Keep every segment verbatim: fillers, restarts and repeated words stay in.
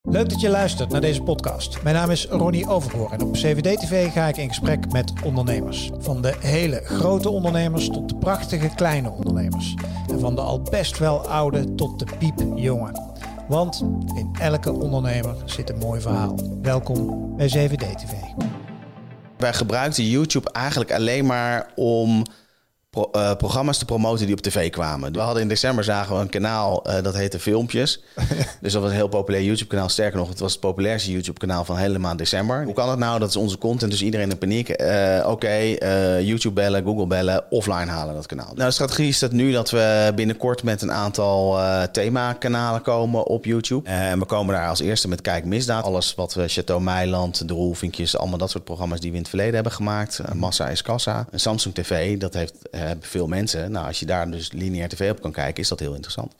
Leuk dat je luistert naar deze podcast. Mijn naam is Ronnie Overgoor en op C V D T V ga ik in gesprek met ondernemers. Van de hele grote ondernemers tot de prachtige kleine ondernemers. En van de al best wel oude tot de piepjonge. Want in elke ondernemer zit een mooi verhaal. Welkom bij C V D T V. Wij gebruikten YouTube eigenlijk alleen maar om pro- uh, programma's te promoten die op tv kwamen. We hadden in december zagen we een kanaal uh, dat heette Filmpjes. Dus dat was een heel populair YouTube kanaal. Sterker nog, het was het populairste YouTube kanaal van hele maand december. Hoe kan het nou? Dat is onze content, dus iedereen in paniek. Uh, Oké, okay, uh, YouTube bellen, Google bellen, offline halen dat kanaal. Nou, de strategie is dat nu dat we binnenkort met een aantal uh, themakanalen komen op YouTube. Uh, en we komen daar als eerste met Kijk Misdaad. Alles wat we Chateau Meiland, De Roelvinkjes, allemaal dat soort programma's die we in het verleden hebben gemaakt. Uh, Massa is Kassa. En Samsung T V, dat heeft uh, veel mensen. Nou, als je daar dus lineair tv op kan kijken, is dat heel interessant.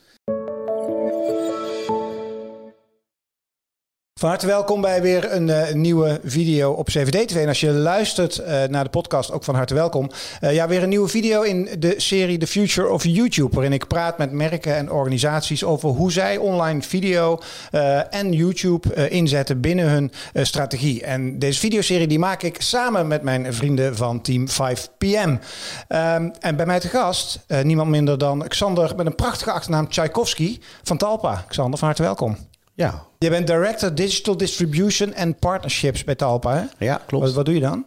Van harte welkom bij weer een uh, nieuwe video op C V D T V. En als je luistert uh, naar de podcast, ook van harte welkom. Uh, ja, weer een nieuwe video in de serie The Future of YouTube. Waarin ik praat met merken en organisaties over hoe zij online video uh, en YouTube uh, inzetten binnen hun uh, strategie. En deze videoserie die maak ik samen met mijn vrienden van Team vijf P M. Um, en bij mij te gast, uh, niemand minder dan Xander met een prachtige achternaam Tchaikovsky van Talpa. Xander, van harte welkom. Ja. Je bent Director Digital Distribution and Partnerships bij Talpa, hè? Ja, klopt. Wat, wat doe je dan?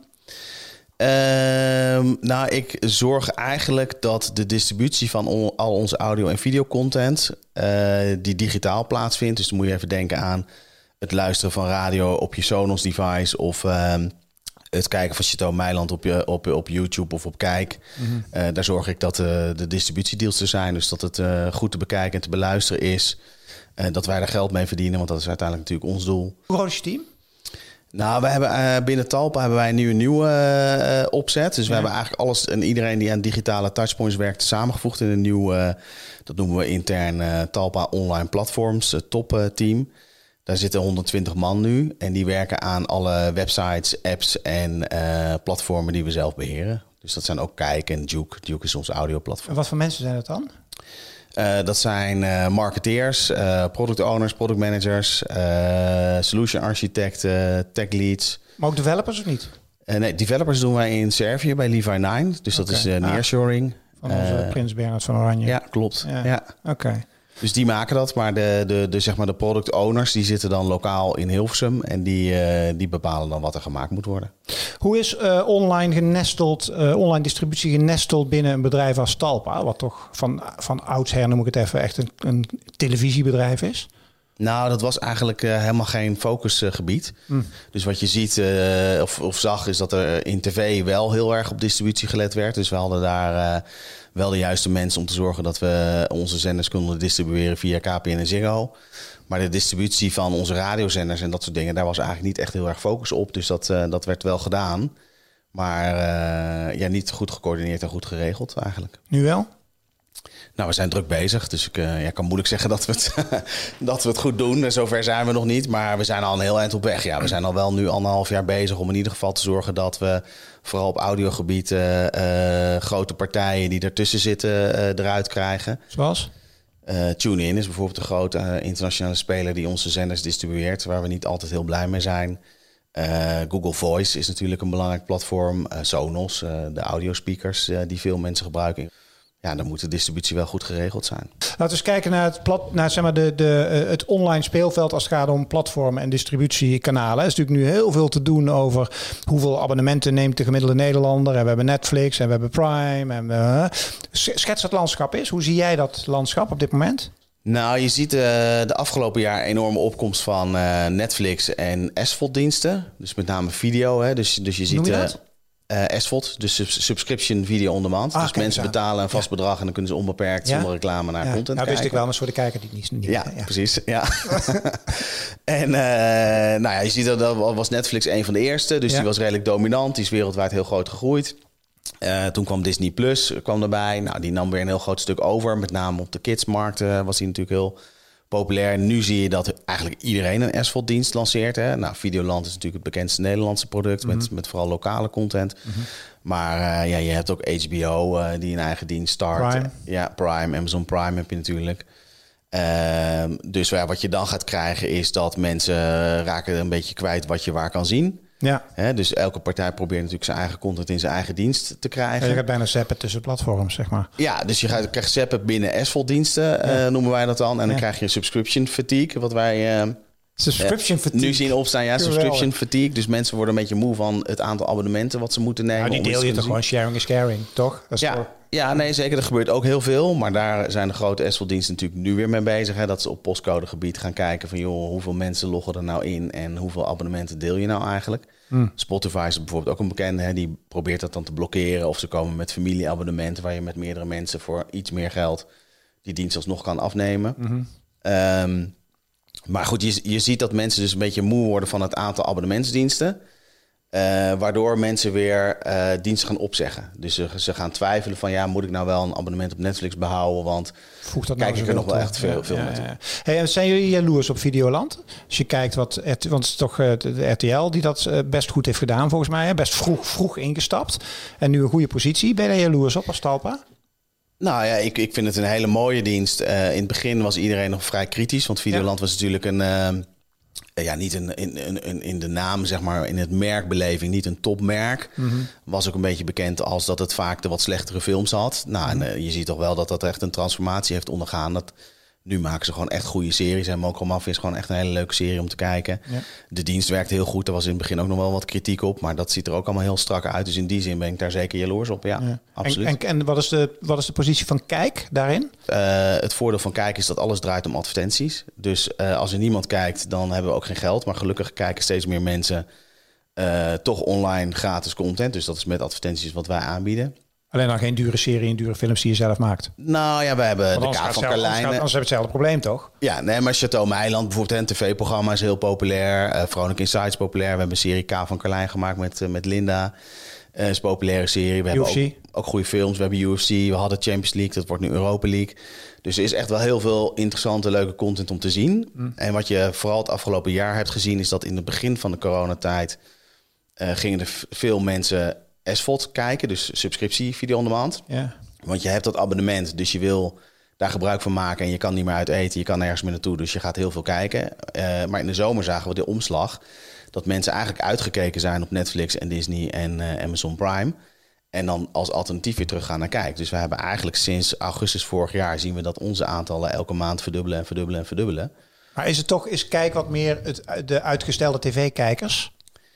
Uh, nou, ik zorg eigenlijk dat de distributie van on, al onze audio- en videocontent uh, die digitaal plaatsvindt. Dus dan moet je even denken aan het luisteren van radio op je Sonos device of uh, het kijken van Chateau Meiland op, je, op, op YouTube of op Kijk. Mm-hmm. Uh, daar zorg ik dat uh, de distributiedeals er zijn. Dus dat het uh, goed te bekijken en te beluisteren is. Uh, dat wij daar geld mee verdienen, want dat is uiteindelijk natuurlijk ons doel. Hoe groot is je team? Nou, we hebben uh, binnen Talpa hebben wij nu een nieuwe uh, opzet. Dus ja. we hebben eigenlijk alles en iedereen die aan digitale touchpoints werkt samengevoegd in een nieuw, uh, dat noemen we intern uh, Talpa Online Platforms, uh, top uh, team. Daar zitten honderdtwintig man nu en die werken aan alle websites, apps en uh, platformen die we zelf beheren. Dus dat zijn ook Kijk en Juke. Juke is ons audioplatform. En wat voor mensen zijn dat dan? Uh, dat zijn uh, marketeers, uh, product owners, product managers, uh, solution architecten, tech leads. Maar ook developers of niet? Uh, nee, developers doen wij in Servië bij Levi nine. Dus okay. dat is uh, nearshoring. Ah, van onze uh, Prins Bernhard van Oranje. Ja, klopt. Ja. Ja. Oké. Okay. Dus die maken dat, maar de, de, de, zeg maar de product owners die zitten dan lokaal in Hilversum en die, uh, die bepalen dan wat er gemaakt moet worden. Hoe is uh, online genesteld, uh, online distributie genesteld binnen een bedrijf als Talpa, wat toch van, van oudsher, noem ik het even, echt een, een televisiebedrijf is? Nou, dat was eigenlijk uh, helemaal geen focusgebied. Uh, mm. Dus wat je ziet uh, of, of zag is dat er in tv wel heel erg op distributie gelet werd. Dus we hadden daar uh, wel de juiste mensen om te zorgen dat we onze zenders konden distribueren via K P N en Ziggo. Maar de distributie van onze radiozenders en dat soort dingen, daar was eigenlijk niet echt heel erg focus op. Dus dat, uh, dat werd wel gedaan. Maar uh, ja, niet goed gecoördineerd en goed geregeld eigenlijk. Nu wel? Nou, we zijn druk bezig, dus ik uh, ja, kan moeilijk zeggen dat we, het, dat we het goed doen. Zover zijn we nog niet, maar we zijn al een heel eind op weg. Ja, we zijn al wel nu anderhalf jaar bezig om in ieder geval te zorgen dat we vooral op audiogebied uh, uh, grote partijen die ertussen zitten uh, eruit krijgen. Zoals? Uh, TuneIn is bijvoorbeeld een grote uh, internationale speler die onze zenders distribueert, waar we niet altijd heel blij mee zijn. Uh, Google Voice is natuurlijk een belangrijk platform. Uh, Sonos, uh, de audiospeakers uh, die veel mensen gebruiken. Ja, dan moet de distributie wel goed geregeld zijn. Laten we eens kijken naar het, plat, naar, zeg maar de, de, het online speelveld als het gaat om platformen en distributiekanalen. Er is natuurlijk nu heel veel te doen over hoeveel abonnementen neemt de gemiddelde Nederlander. En we hebben Netflix en we hebben Prime. En we, uh, schets het landschap is. Hoe zie jij dat landschap op dit moment? Nou, je ziet uh, de afgelopen jaar enorme opkomst van uh, Netflix en S V O D-diensten. Dus met name video. Hè. Dus, dus je ziet... Noem je dat? Uh, S V O D, dus subscription video on demand. Ah, dus mensen betalen een vast ja. bedrag en dan kunnen ze onbeperkt ja. zonder reclame naar ja. content nou, kijken. Wist ik wel, maar voor de kijker die niet. niet ja, ja, precies. Ja. en uh, nou ja, je ziet dat, dat was Netflix een van de eerste, dus ja. die was redelijk dominant. Die is wereldwijd heel groot gegroeid. Uh, toen kwam Disney Plus kwam erbij. Nou, die nam weer een heel groot stuk over. Met name op de kidsmarkt uh, was die natuurlijk heel populair. Nu zie je dat eigenlijk iedereen een S V O D-dienst lanceert. Hè? Nou, Videoland is natuurlijk het bekendste Nederlandse product... Mm-hmm. met, met vooral lokale content. Mm-hmm. Maar uh, ja, je hebt ook H B O uh, die een eigen dienst start. Prime. Ja, Prime, Amazon Prime heb je natuurlijk. Uh, dus ja, wat je dan gaat krijgen is dat mensen raken een beetje kwijt wat je waar kan zien. Ja. Hè, dus elke partij probeert natuurlijk zijn eigen content in zijn eigen dienst te krijgen. Ja, je gaat bijna zappen tussen platforms, zeg maar. Ja, dus je gaat, krijgt zappen binnen Asphalt-diensten, ja. uh, noemen wij dat dan. En dan ja. krijg je subscription fatigue, wat wij... Uh, Subscription uh, fatigue. Nu zien opstaan, ja, subscription fatigue. Dus mensen worden een beetje moe van het aantal abonnementen wat ze moeten nemen. Nou, die deel je toch gewoon, sharing is caring, toch? Dat is ja, toch... ja, nee, zeker. Er gebeurt ook heel veel. Maar daar zijn de grote Asphalt-diensten natuurlijk nu weer mee bezig. Hè, dat ze op postcodegebied gaan kijken van... joh, hoeveel mensen loggen er nou in en hoeveel abonnementen deel je nou eigenlijk? Hmm. Spotify is bijvoorbeeld ook een bekende. Hè, die probeert dat dan te blokkeren. Of ze komen met familieabonnementen... waar je met meerdere mensen voor iets meer geld... die dienst alsnog kan afnemen. Mm-hmm. Um, maar goed, je, je ziet dat mensen dus een beetje moe worden... van het aantal abonnementsdiensten... Uh, waardoor mensen weer uh, diensten gaan opzeggen. Dus ze, ze gaan twijfelen van... ja, moet ik nou wel een abonnement op Netflix behouden? Want Voegt dat kijk nou ik er nog wel echt veel, ja, veel ja, naartoe. Ja. Hey, en zijn jullie jaloers op Videoland? Als je kijkt wat... Want het is toch uh, de R T L die dat uh, best goed heeft gedaan volgens mij. Hè? Best vroeg, vroeg ingestapt. En nu een goede positie. Ben je daar jaloers op als Talpa? Nou ja, ik, ik vind het een hele mooie dienst. Uh, in het begin was iedereen nog vrij kritisch. Want Videoland ja. was natuurlijk een... Uh, Ja, niet in, in, in, in de naam, zeg maar, in het merkbeleving, niet een topmerk. Mm-hmm. Was ook een beetje bekend als dat het vaak de wat slechtere films had. Nou, mm-hmm. en uh, je ziet toch wel dat dat echt een transformatie heeft ondergaan. Dat, nu maken ze gewoon echt goede series. En Mokro Mafia is gewoon echt een hele leuke serie om te kijken. Ja. De dienst werkt heel goed. Er was in het begin ook nog wel wat kritiek op. Maar dat ziet er ook allemaal heel strak uit. Dus in die zin ben ik daar zeker jaloers op. Ja, ja. absoluut. En, en, en wat, is de, wat is de positie van Kijk daarin? Uh, het voordeel van Kijk is dat alles draait om advertenties. Dus uh, als er niemand kijkt, dan hebben we ook geen geld. Maar gelukkig kijken steeds meer mensen uh, toch online gratis content. Dus dat is met advertenties wat wij aanbieden. Alleen dan geen dure serie en dure films die je zelf maakt. Nou ja, we hebben de Kaap van Carlijne. Anders hebben we hetzelfde probleem, toch? Ja, nee, maar Chateau Meiland, bijvoorbeeld een tv-programma is heel populair. Uh, Vrolijk Inside is populair. We hebben een serie Kaap van Carlijne gemaakt met, uh, met Linda. Uh, is een populaire serie. We U F C. hebben ook, ook goede films. We hebben U F C, we hadden Champions League. Dat wordt nu Europa League. Dus er is echt wel heel veel interessante, leuke content om te zien. Mm. En wat je vooral het afgelopen jaar hebt gezien... is dat in het begin van de coronatijd... Uh, gingen er v- veel mensen... S V O D kijken, dus subscriptie video on demand. Ja. Want je hebt dat abonnement, dus je wil daar gebruik van maken... en je kan niet meer uit eten, je kan nergens meer naartoe... dus je gaat heel veel kijken. Uh, maar in de zomer zagen we de omslag... dat mensen eigenlijk uitgekeken zijn op Netflix en Disney en uh, Amazon Prime... en dan als alternatief weer terug gaan naar Kijk. Dus we hebben eigenlijk sinds augustus vorig jaar... zien we dat onze aantallen elke maand verdubbelen en verdubbelen en verdubbelen. Maar is het toch, is Kijk wat meer het, de uitgestelde tv-kijkers...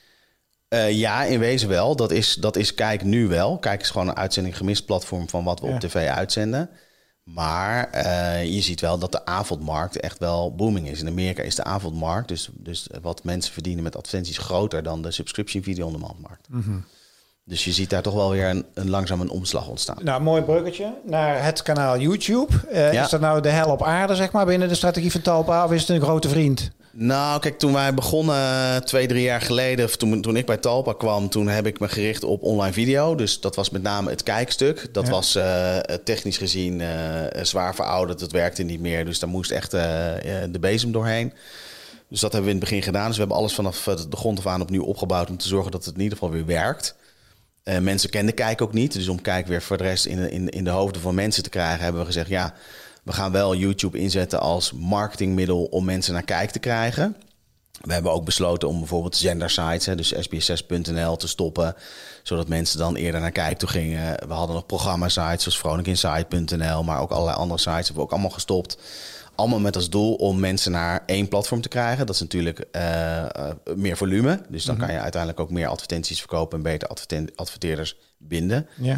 Uh, ja, in wezen wel. Dat is, dat is Kijk nu wel. Kijk is gewoon een uitzending gemist platform van wat we ja. op tv uitzenden. Maar uh, je ziet wel dat de avondmarkt echt wel booming is. In Amerika is de avondmarkt, dus, dus wat mensen verdienen met advertenties... groter dan de subscription video on demand markt. Mm-hmm. Dus je ziet daar toch wel weer een, een langzaam een omslag ontstaan. Nou, mooi bruggetje naar het kanaal YouTube. Uh, ja. Is dat nou de hel op aarde, zeg maar, binnen de strategie van Talpa... of is het een grote vriend? Nou, kijk, toen wij begonnen twee, drie jaar geleden... Of toen, toen ik bij Talpa kwam, toen heb ik me gericht op online video. Dus dat was met name het kijkstuk. Dat ja. was uh, technisch gezien uh, zwaar verouderd. Dat werkte niet meer, dus daar moest echt uh, de bezem doorheen. Dus dat hebben we in het begin gedaan. Dus we hebben alles vanaf de grond af aan opnieuw opgebouwd... om te zorgen dat het in ieder geval weer werkt. Uh, mensen kenden Kijk ook niet. Dus om Kijk weer voor de rest in, in, in de hoofden van mensen te krijgen... hebben we gezegd, ja... we gaan wel YouTube inzetten als marketingmiddel om mensen naar Kijk te krijgen. We hebben ook besloten om bijvoorbeeld zendersites, hè, dus S B S zes punt N L te stoppen, zodat mensen dan eerder naar Kijk toe gingen. We hadden nog programma-sites zoals vrolijk inside punt N L, maar ook allerlei andere sites hebben we ook allemaal gestopt. Allemaal met als doel om mensen naar één platform te krijgen. Dat is natuurlijk uh, uh, meer volume. Dus dan mm-hmm. kan je uiteindelijk ook meer advertenties verkopen en beter adverten- adverteerders binden. Ja.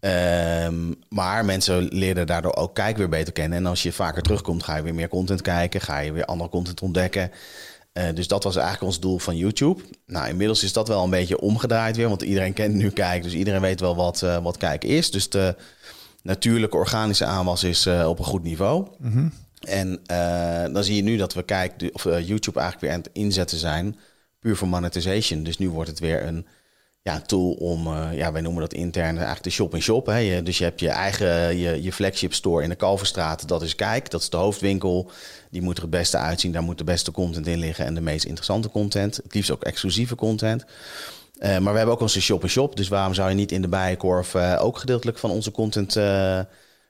Um, maar mensen leren daardoor ook Kijk weer beter kennen. En als je vaker terugkomt, ga je weer meer content kijken. Ga je weer andere content ontdekken. Uh, dus dat was eigenlijk ons doel van YouTube. Nou, inmiddels is dat wel een beetje omgedraaid weer. Want iedereen kent nu Kijk. Dus iedereen weet wel wat, uh, wat Kijk is. Dus de natuurlijke organische aanwas is uh, op een goed niveau. Mm-hmm. En uh, dan zie je nu dat we Kijk, of uh, YouTube eigenlijk weer aan het inzetten zijn. Puur voor monetization. Dus nu wordt het weer een... Ja, tool om, uh, ja, wij noemen dat intern eigenlijk de shop-in-shop. Hè. Je, dus je hebt je eigen, je, je flagship store in de Kalverstraat. Dat is Kijk, dat is de hoofdwinkel. Die moet er het beste uitzien. Daar moet de beste content in liggen en de meest interessante content. Het liefst ook exclusieve content. Uh, maar we hebben ook onze shop-in-shop. Dus waarom zou je niet in de Bijenkorf uh, ook gedeeltelijk van onze content uh,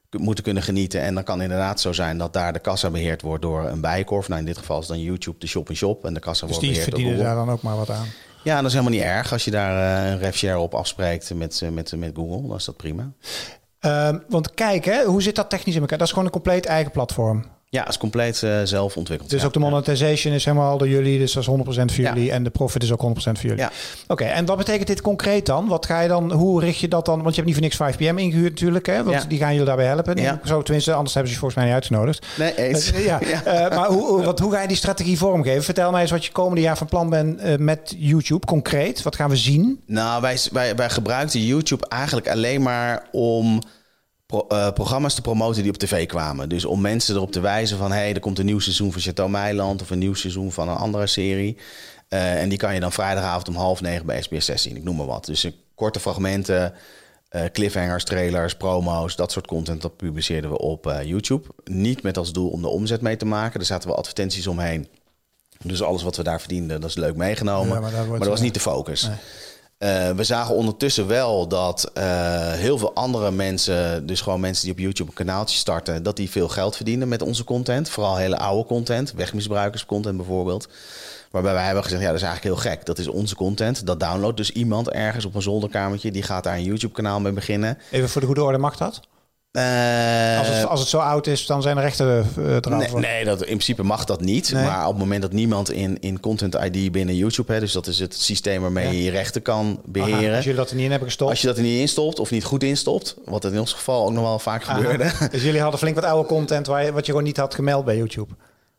moeten kunnen genieten. En dan kan inderdaad zo zijn dat daar de kassa beheerd wordt door een Bijenkorf. Nou, in dit geval is dan YouTube de shop-in-shop en de kassa dus wordt beheerd door Google. Dus die verdienen Google. daar dan ook maar wat aan. Ja, dat is helemaal niet erg. Als je daar uh, een rev share op afspreekt met, uh, met, met Google, dan is dat prima. Uh, want kijk, hè, hoe zit dat technisch in elkaar? Dat is gewoon een compleet eigen platform. Ja, het is compleet uh, zelf ontwikkeld. Dus ja. ook de monetization is helemaal door jullie, dus dat is honderd procent voor jullie. Ja. En de profit is ook honderd procent voor jullie. Ja. Oké, okay, en wat betekent dit concreet dan? Wat ga je dan, hoe richt je dat dan? Want je hebt niet voor niks vijf p m ingehuurd natuurlijk, hè? Want ja. die gaan jullie daarbij helpen. Ja. Zo, tenminste, anders hebben ze je volgens mij niet uitgenodigd. Nee, eens. Uh, ja. ja. Uh, maar hoe, wat, hoe ga je die strategie vormgeven? Vertel mij eens wat je komende jaar van plan bent uh, met YouTube, concreet. Wat gaan we zien? Nou, wij, wij, wij gebruikten YouTube eigenlijk alleen maar om Pro, uh, programma's te promoten die op tv kwamen. Dus om mensen erop te wijzen van, hey, er komt een nieuw seizoen van Chateau Meiland of een nieuw seizoen van een andere serie. Uh, en die kan je dan vrijdagavond om half negen bij S B S zes zien. Ik noem maar wat. Dus uh, korte fragmenten, uh, cliffhangers, trailers, promo's, dat soort content, dat publiceerden we op uh, YouTube. Niet met als doel om de omzet mee te maken. Er zaten wel advertenties omheen. Dus alles wat we daar verdienden, dat is leuk meegenomen. Ja, maar, maar dat was niet de focus. Nee. Uh, we zagen ondertussen wel dat uh, heel veel andere mensen, dus gewoon mensen die op YouTube een kanaaltje starten, dat die veel geld verdienen met onze content. Vooral hele oude content, wegmisbruikerscontent bijvoorbeeld. Waarbij wij hebben gezegd, ja, dat is eigenlijk heel gek. Dat is onze content. Dat downloadt dus iemand ergens op een zolderkamertje. Die gaat daar een YouTube-kanaal mee beginnen. Even voor de goede orde, mag dat? Uh, als, het, als het zo oud is, dan zijn er rechten uh, eraf. Nee, nee dat, in principe mag dat niet. Nee. Maar op het moment dat niemand in, in Content I D binnen YouTube... Hè, dus dat is het systeem waarmee ja. je je rechten kan beheren. Aha, als jullie dat er niet in hebben gestopt. Als je dat er niet in stopt of niet goed instopt... wat in ons geval ook nog wel vaak Aha. gebeurde. Dus jullie hadden flink wat oude content... Waar je, wat je gewoon niet had gemeld bij YouTube.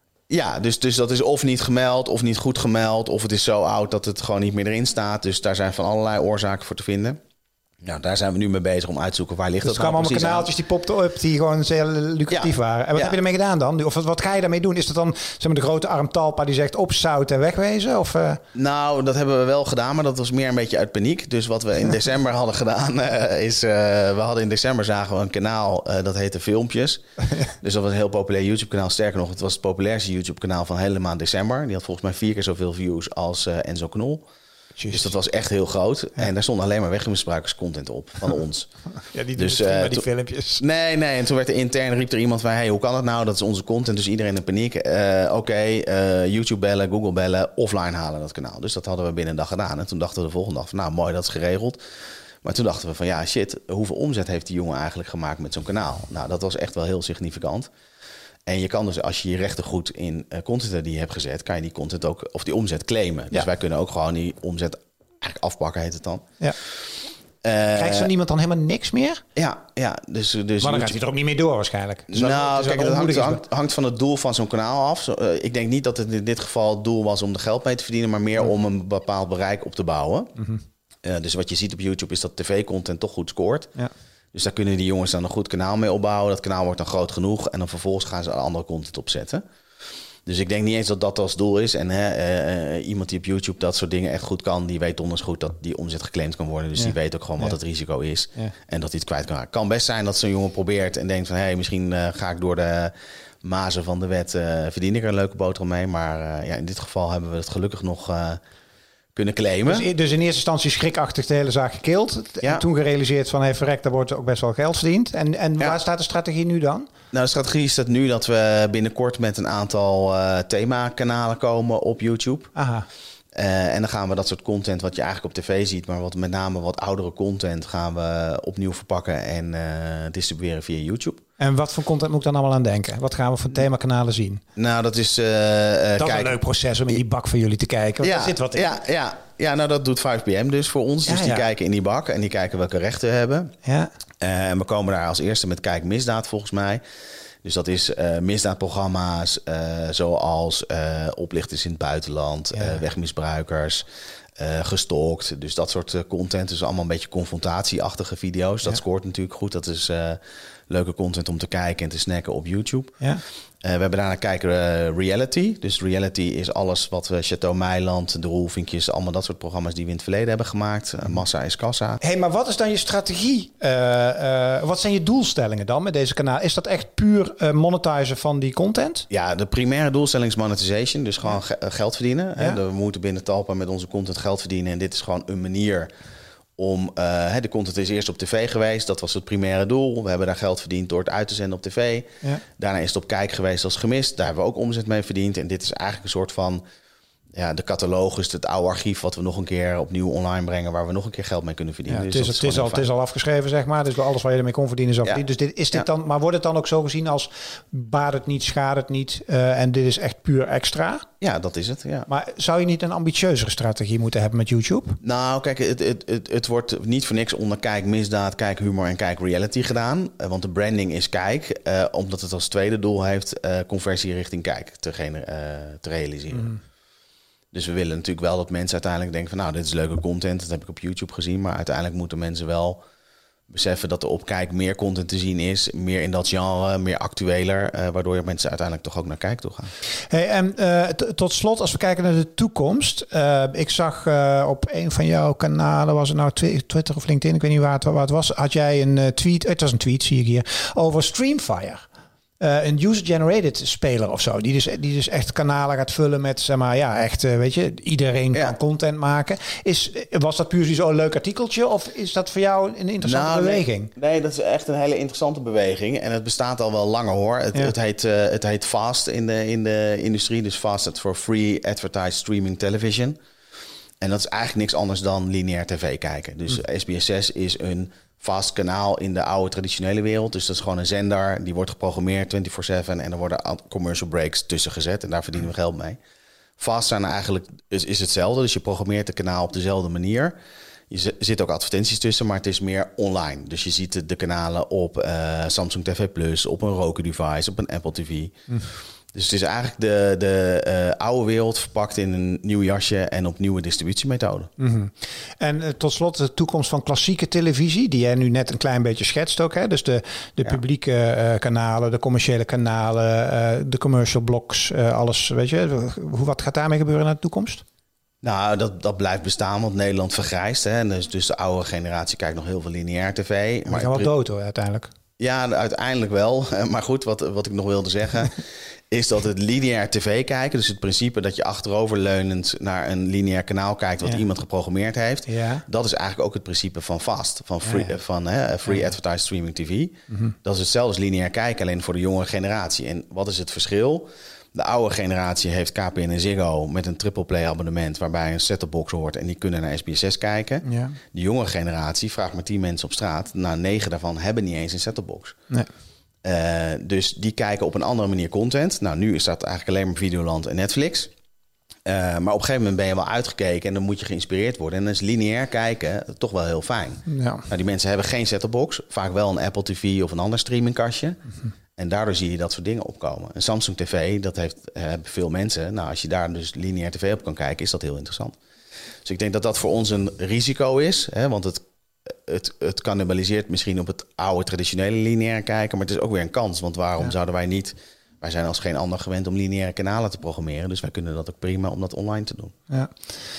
Ja, dus, dus dat is of niet gemeld of niet goed gemeld... of het is zo oud dat het gewoon niet meer erin staat. Dus daar zijn van allerlei oorzaken voor te vinden... Nou, daar zijn we nu mee bezig om uit te zoeken waar ligt dus dat nou precies. Dus er kwamen allemaal kanaaltjes die popten op die gewoon zeer lucratief ja. waren. En wat ja. heb je ermee gedaan dan? Of wat, wat ga je daarmee doen? Is dat dan zeg maar, de grote arm Talpa die zegt opzouten en wegwezen? Of, uh... Nou, dat hebben we wel gedaan, maar dat was meer een beetje uit paniek. Dus wat we in december hadden gedaan uh, is... Uh, we hadden in december zagen we een kanaal, uh, dat heette Filmpjes. Dus dat was een heel populair YouTube kanaal. Sterker nog, het was het populairste YouTube kanaal van hele maand december. Die had volgens mij vier keer zoveel views als uh, Enzo Knol. Just. Dus dat was echt heel groot. Ja. En daar stond alleen maar wegmisbruikerscontent op van ons. Ja, die dus, uh, die to- filmpjes. Nee, nee. En toen werd er intern, riep er iemand van... hey, hoe kan dat nou? Dat is onze content. Dus iedereen in paniek. Uh, Oké, okay, uh, YouTube bellen, Google bellen, offline halen dat kanaal. Dus dat hadden we binnen een dag gedaan. En toen dachten we de volgende dag van... nou, mooi, dat is geregeld. Maar toen dachten we van... ja, shit, hoeveel omzet heeft die jongen eigenlijk gemaakt met zo'n kanaal? Nou, dat was echt wel heel significant. En je kan dus, als je je rechten goed in uh, content die je hebt gezet... kan je die content ook, of die omzet claimen. Dus ja. wij kunnen ook gewoon die omzet eigenlijk afpakken, heet het dan. Ja. Uh, Krijgt zo niemand dan helemaal niks meer? Ja, ja. Dus, dus maar dan gaat hij er ook niet mee door waarschijnlijk. Dus nou, kijk, dat hangt, hangt, hangt van het doel van zo'n kanaal af. Zo, uh, ik denk niet dat het in dit geval het doel was om er geld mee te verdienen... maar meer mm. om een bepaald bereik op te bouwen. Mm-hmm. Uh, dus wat je ziet op YouTube is dat tv-content toch goed scoort. Ja. Dus daar kunnen die jongens dan een goed kanaal mee opbouwen. Dat kanaal wordt dan groot genoeg. En dan vervolgens gaan ze andere content opzetten. Dus ik denk niet eens dat dat als doel is. En hè, uh, iemand die op YouTube dat soort dingen echt goed kan... die weet donders goed dat die omzet geclaimd kan worden. Dus ja. die weet ook gewoon wat ja. het risico is. Ja. En dat hij het kwijt kan raken. Kan best zijn dat zo'n jongen probeert en denkt van... hé, hey, misschien uh, ga ik door de mazen van de wet... Uh, verdien ik er een leuke boterham mee. Maar uh, ja, in dit geval hebben we het gelukkig nog... Uh, kunnen claimen. Dus, dus in eerste instantie schrikachtig de hele zaak gekild. Ja. En toen gerealiseerd van, hey, verrek, daar wordt ook best wel geld verdiend. En, en ja. waar staat de strategie nu dan? Nou, de strategie staat nu dat we binnenkort met een aantal uh, themakanalen komen op YouTube. Aha. Uh, en dan gaan we dat soort content wat je eigenlijk op tv ziet... maar wat met name wat oudere content gaan we opnieuw verpakken... en uh, distribueren via YouTube. En wat voor content moet ik dan allemaal aan denken? Wat gaan we voor themakanalen zien? Nou, dat is... Uh, uh, dat kijk, is een leuk proces om in die bak van jullie te kijken. Want ja, daar zit wat in. Ja, ja, ja, nou dat doet vijf p m dus voor ons. Ja, dus die ja. kijken in die bak en die kijken welke rechten we hebben. Ja. Uh, en we komen daar als eerste met Kijk Misdaad volgens mij... Dus dat is uh, misdaadprogramma's uh, zoals uh, oplichters in het buitenland, ja. uh, wegmisbruikers, uh, gestalkt. Dus dat soort uh, content. Dus allemaal een beetje confrontatieachtige video's. Dat ja. scoort natuurlijk goed. Dat is uh, leuke content om te kijken en te snacken op YouTube. Ja. Uh, we hebben daarna kijken uh, reality. Dus reality is alles wat we Chateau Meiland, De Roelvinkjes, allemaal dat soort programma's die we in het verleden hebben gemaakt. Uh, Massa is Kassa. Hé, hey, maar wat is dan je strategie? Uh, uh, wat zijn je doelstellingen dan met deze kanaal? Is dat echt puur uh, monetizen van die content? Ja, de primaire doelstelling is monetization. Dus gewoon ge- geld verdienen. Ja. Hè? We moeten binnen Talpa met onze content geld verdienen. En dit is gewoon een manier om uh, de content is eerst op tv geweest. Dat was het primaire doel. We hebben daar geld verdiend door het uit te zenden op tv. Ja. Daarna is het op Kijk geweest als gemist. Daar hebben we ook omzet mee verdiend. En dit is eigenlijk een soort van... Ja, de catalogus, het oude archief... wat we nog een keer opnieuw online brengen... waar we nog een keer geld mee kunnen verdienen. Ja, dus het, is, het, is al, het is al afgeschreven, zeg maar. Dus alles waar je ermee kon verdienen is al verdiend. Dus dit, is dit ja. dan, maar wordt het dan ook zo gezien als... baat het niet, schaadt het niet... Uh, en dit is echt puur extra? Ja, dat is het, ja. Maar zou je niet een ambitieuzere strategie moeten hebben met YouTube? Nou, kijk, het, het, het, het wordt niet voor niks onder Kijk misdaad, Kijk humor en Kijk reality gedaan. Uh, want de branding is Kijk. Uh, omdat het als tweede doel heeft... Uh, conversie richting Kijk te, gener- uh, te realiseren. Mm. Dus we willen natuurlijk wel dat mensen uiteindelijk denken van... nou, dit is leuke content, dat heb ik op YouTube gezien. Maar uiteindelijk moeten mensen wel beseffen dat er op Kijk meer content te zien is. Meer in dat genre, meer actueler. Uh, waardoor mensen uiteindelijk toch ook naar Kijk toe gaan. Hey, en uh, t- tot slot, als we kijken naar de toekomst. Uh, ik zag uh, op een van jouw kanalen, was het nou Twitter of LinkedIn? Ik weet niet waar het, waar het was. Had jij een uh, tweet, het was een tweet, zie ik hier, over Streamfire. Uh, een user-generated speler of zo. Die dus, die dus echt kanalen gaat vullen met, zeg maar, ja, echt, uh, weet je, iedereen ja. kan content maken. Is, was dat puur zo'n leuk artikeltje of is dat voor jou een interessante nou, beweging? Nee, nee, dat is echt een hele interessante beweging. En het bestaat al wel langer, hoor. Het, ja. het, heet, uh, het heet FAST in de, in de industrie. Dus FAST staat voor Free Advertised Streaming Television. En dat is eigenlijk niks anders dan lineair tv kijken. Dus hm. S B S zes is een vast kanaal in de oude traditionele wereld. Dus dat is gewoon een zender, die wordt geprogrammeerd vierentwintig zeven... en er worden commercial breaks tussen gezet en daar verdienen we geld mee. Fast zijn eigenlijk is, is hetzelfde, dus je programmeert het kanaal op dezelfde manier. Je z- zit ook advertenties tussen, maar het is meer online. Dus je ziet de, de kanalen op uh, Samsung T V Plus, op een Roku-device, op een Apple T V. Mm. Dus het is eigenlijk de, de uh, oude wereld verpakt in een nieuw jasje en op nieuwe distributiemethoden. Mm-hmm. En uh, tot slot de toekomst van klassieke televisie, die jij nu net een klein beetje schetst ook. Hè? Dus de, de ja. publieke uh, kanalen, de commerciële kanalen, uh, de commercial blocks, uh, alles. Weet je, hoe, wat gaat daarmee gebeuren in de toekomst? Nou, dat, dat blijft bestaan, want Nederland vergrijst. Hè? En dus, dus de oude generatie kijkt nog heel veel lineair tv. Maar we gaan wel dood hoor, uiteindelijk. Ja, uiteindelijk wel. Maar goed, wat, wat ik nog wilde zeggen... is dat het lineair tv kijken, dus het principe dat je achteroverleunend naar een lineair kanaal kijkt wat ja. iemand geprogrammeerd heeft, ja. dat is eigenlijk ook het principe van FAST, van Free, ja, ja. Van, hè, free ja. Advertised Streaming T V. Mm-hmm. Dat is hetzelfde als lineair kijken, alleen voor de jongere generatie. En wat is het verschil? De oude generatie heeft K P N en Ziggo met een triple play abonnement waarbij een set-top box hoort en die kunnen naar S B S zes kijken. Ja. De jonge generatie, vraagt maar tien mensen op straat, nou negen daarvan hebben niet eens een set-top box. Nee. Uh, dus die kijken op een andere manier content. Nou, nu is dat eigenlijk alleen maar Videoland en Netflix. Uh, maar op een gegeven moment ben je wel uitgekeken en dan moet je geïnspireerd worden. En dan is lineair kijken toch wel heel fijn. Ja. Nou, die mensen hebben geen set-top box, vaak wel een Apple T V of een ander streamingkastje. Mm-hmm. En daardoor zie je dat soort dingen opkomen. Een Samsung T V, dat heeft, hebben veel mensen. Nou, als je daar dus lineair tv op kan kijken, is dat heel interessant. Dus ik denk dat dat voor ons een risico is, hè, want het Het, het cannibaliseert misschien op het oude traditionele lineair kijken, maar het is ook weer een kans. Want waarom ja. zouden wij niet... Wij zijn als geen ander gewend om lineaire kanalen te programmeren. Dus wij kunnen dat ook prima om dat online te doen. Ja.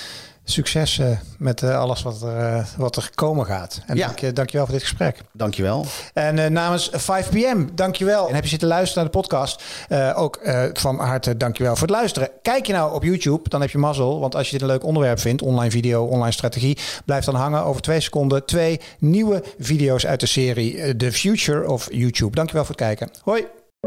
Succes uh, met uh, alles wat er, uh, wat er komen gaat. En ja. dank, uh, dankjewel voor dit gesprek. Dankjewel. En uh, namens vijf P M, dankjewel. En heb je zitten luisteren naar de podcast, uh, ook uh, van harte dankjewel voor het luisteren. Kijk je nou op YouTube, dan heb je mazzel. Want als je dit een leuk onderwerp vindt, online video, online strategie, blijf dan hangen. Over twee seconden twee nieuwe video's uit de serie uh, The Future of YouTube. Dankjewel voor het kijken. Hoi.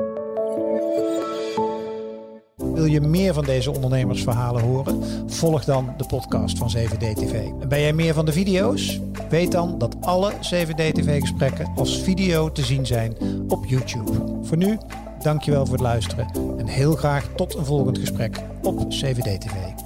Wil je meer van deze ondernemersverhalen horen? Volg dan de podcast van zeven D T V. Ben jij meer van de video's? Weet dan dat alle zeven D T V-gesprekken als video te zien zijn op YouTube. Voor nu, dankjewel voor het luisteren en heel graag tot een volgend gesprek op zeven D T V.